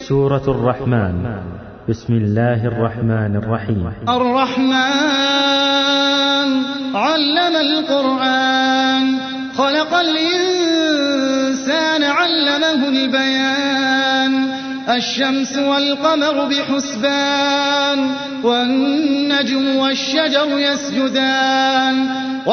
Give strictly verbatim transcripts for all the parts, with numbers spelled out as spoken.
سورة الرحمن. بسم الله الرحمن الرحيم. الرحمن علم القرآن، خلق الإنسان علمه البيان. الشمس والقمر بحسبان، والنجم والشجر يسجدان.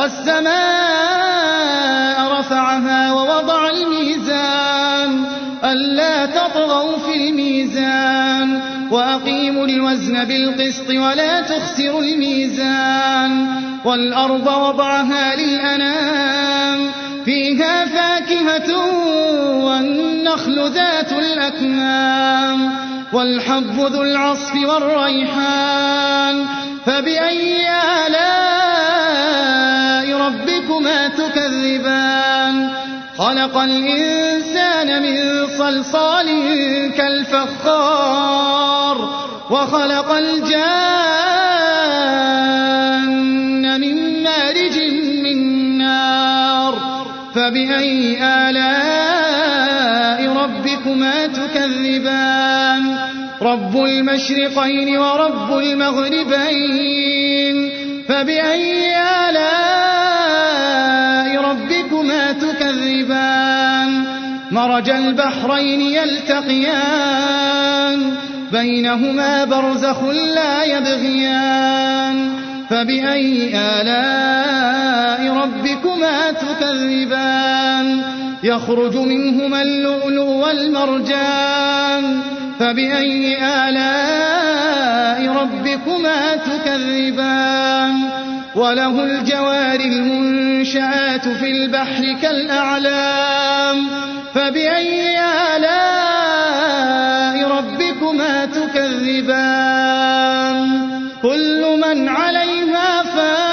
والسماء رفعها ووضع الميزان، ألا تطغوا في الميزان، وأقيموا الوزن بالقسط ولا تخسروا الميزان. والأرض وضعها للأنام، فيها فاكهة والنخل ذات الأكمام، والحب ذو العصف والريحان. فبأي آلاء ربكما تكذبان؟ خلق الإنسان من صلصال كالفخار، وخلق الجان من مارج من نار. فبأي آلاء ربكما تكذبان؟ رب المشرقين ورب المغربين. فبأي آلاء ربكما تكذبان؟ مرج البحرين يلتقيان، بينهما برزخ لا يبغيان. فبأي آلاء ربكما تكذبان؟ يخرج منهما اللؤلؤ والمرجان. فبأي آلاء ربكما تكذبان؟ وله الجوار المنشآت في البحر كالأعلام. فبأي آلاء ربكما تكذبان؟ كل من عليها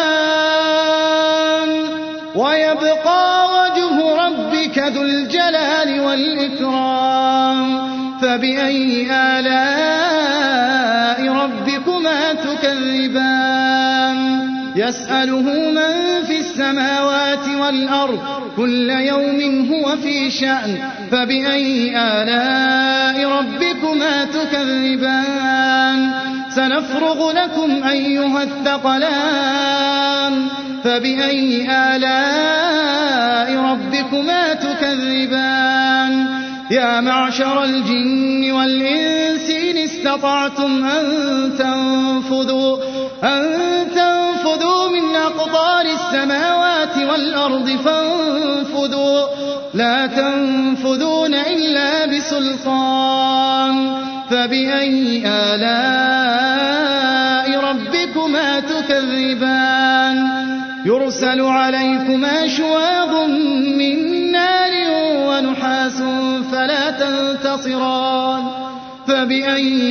فان، ويبقى وجه ربك ذو الجلال والإكرام. فبأي آلاء ربكما تكذبان؟ يسأله من في السماوات والأرض، كل يوم هو في شأن. فبأي آلاء ربكما تكذبان؟ سنفرغ لكم أيها الثقلان. فبأي آلاء ربكما تكذبان؟ يا معشر الجن والإنس إن استطعتم أن تنفذوا أن تنفذوا من أقطار السماوات والأرض فانفذوا، لا تنفذون إلا بسلطان. فبأي آلاء ربكما تكذبان؟ يرسل عليكما شواظ من نار ونحاس فلا تنتصران. فبأي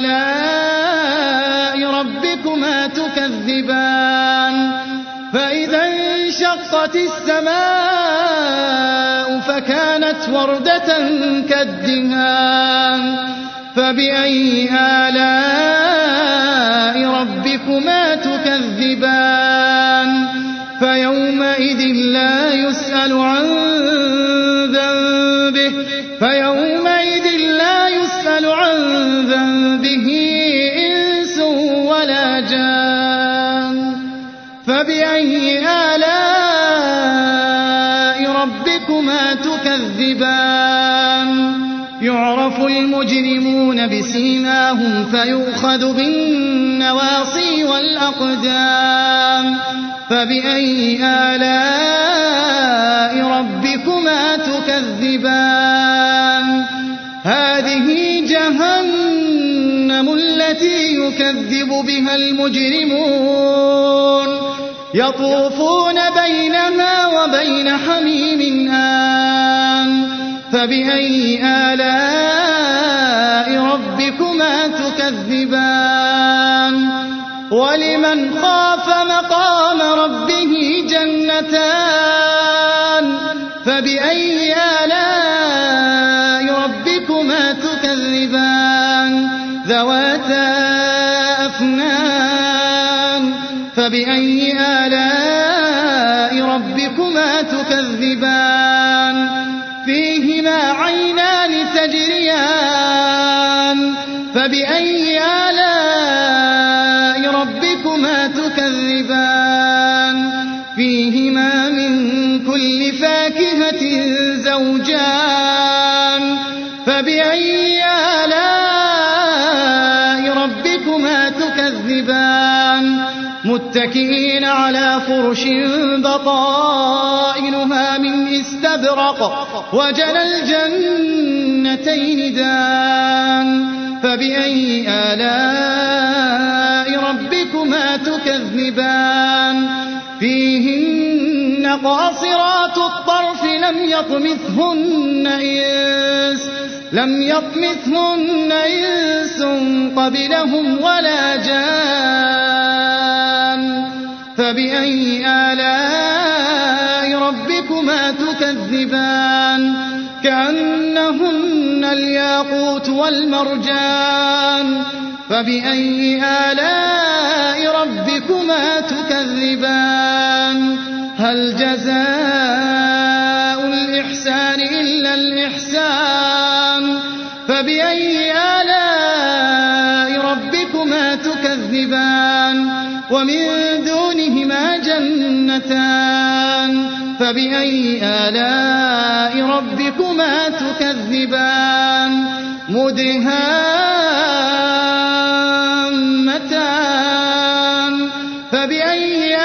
آلاء ربكما تكذبان؟ فإذا انشقت السماء فكانت وردة كالدهان. فبأي آلاء ربكما تكذبان؟ فيومئذ لا يسأل عن ذنبه فيومئذ لا يسأل عن ذنبه إنس ولا جان. فبأي آلاء ربكما تكذبان؟ يعرف المجرمون بسيماهم فيؤخذ بالنواصي والأقدام. فبأي آلاء ربكما تكذبان؟ هذه جهنم التي يكذب بها المجرمون، يطوفون بينها وبين حميم آن. فبأي آلاء ربكما تكذبان؟ ولمن خاف مقام ربه جنتان. فبأي آلاء ربكما تكذبان؟ ذواتا أفنان. فبأي آلاء ربكما تكذبان؟ فيهما عينان تجريان فبأي آلاء ربكما تكذبان فيهما من كل فاكهة زوجان فبأي آلاء ربكما تكذبان متكئين على فرش بطائنها من استبرق وجنى الجنتين دان فبأي آلاء ربكما تكذبان فيهن قاصرات الطرف لم يطمثهن إنس لم يطمثهن إنس قبلهم ولا جان فبأي آلاء ربكما تكذبان كأنهن الياقوت والمرجان فبأي آلاء ربكما تكذبان هل جزاء الإحسان إلا الإحسان فبأي آلاء ربكما تكذبان ومن دونهما جنتان فبأي آلاء ربكما تكذبان مدهامتان فبأي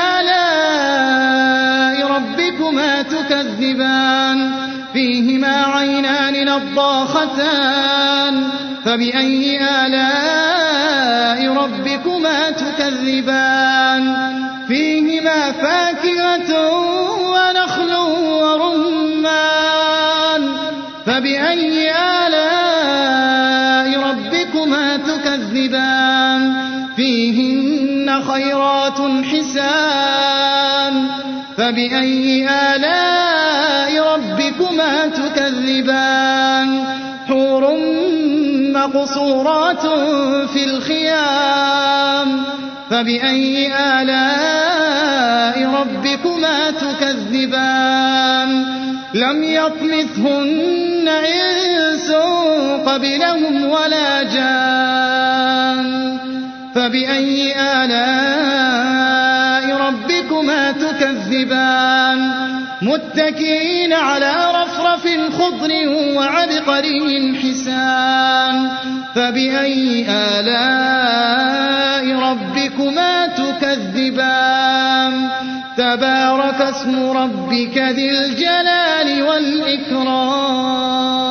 آلاء ربكما تكذبان فيهما عينان نضاختان فبأي آلاء ربكما تكذبان فيهما فاكهة ونخل ورمان فبأي آلاء ربكما تكذبان فيهن خيرات حسان فبأي آلاء ربكما تكذبان حور مقصورات في الخيام فبأي آلاء ربكما تكذبان لم يطمثهن إنس قبلهم ولا جان فبأي آلاء ربكما تكذبان متكئين على رفرف خضر وعبقري حسان فبأي آلاء ربكما تكذبان تبارك اسم ربك ذي الجلال والإكرام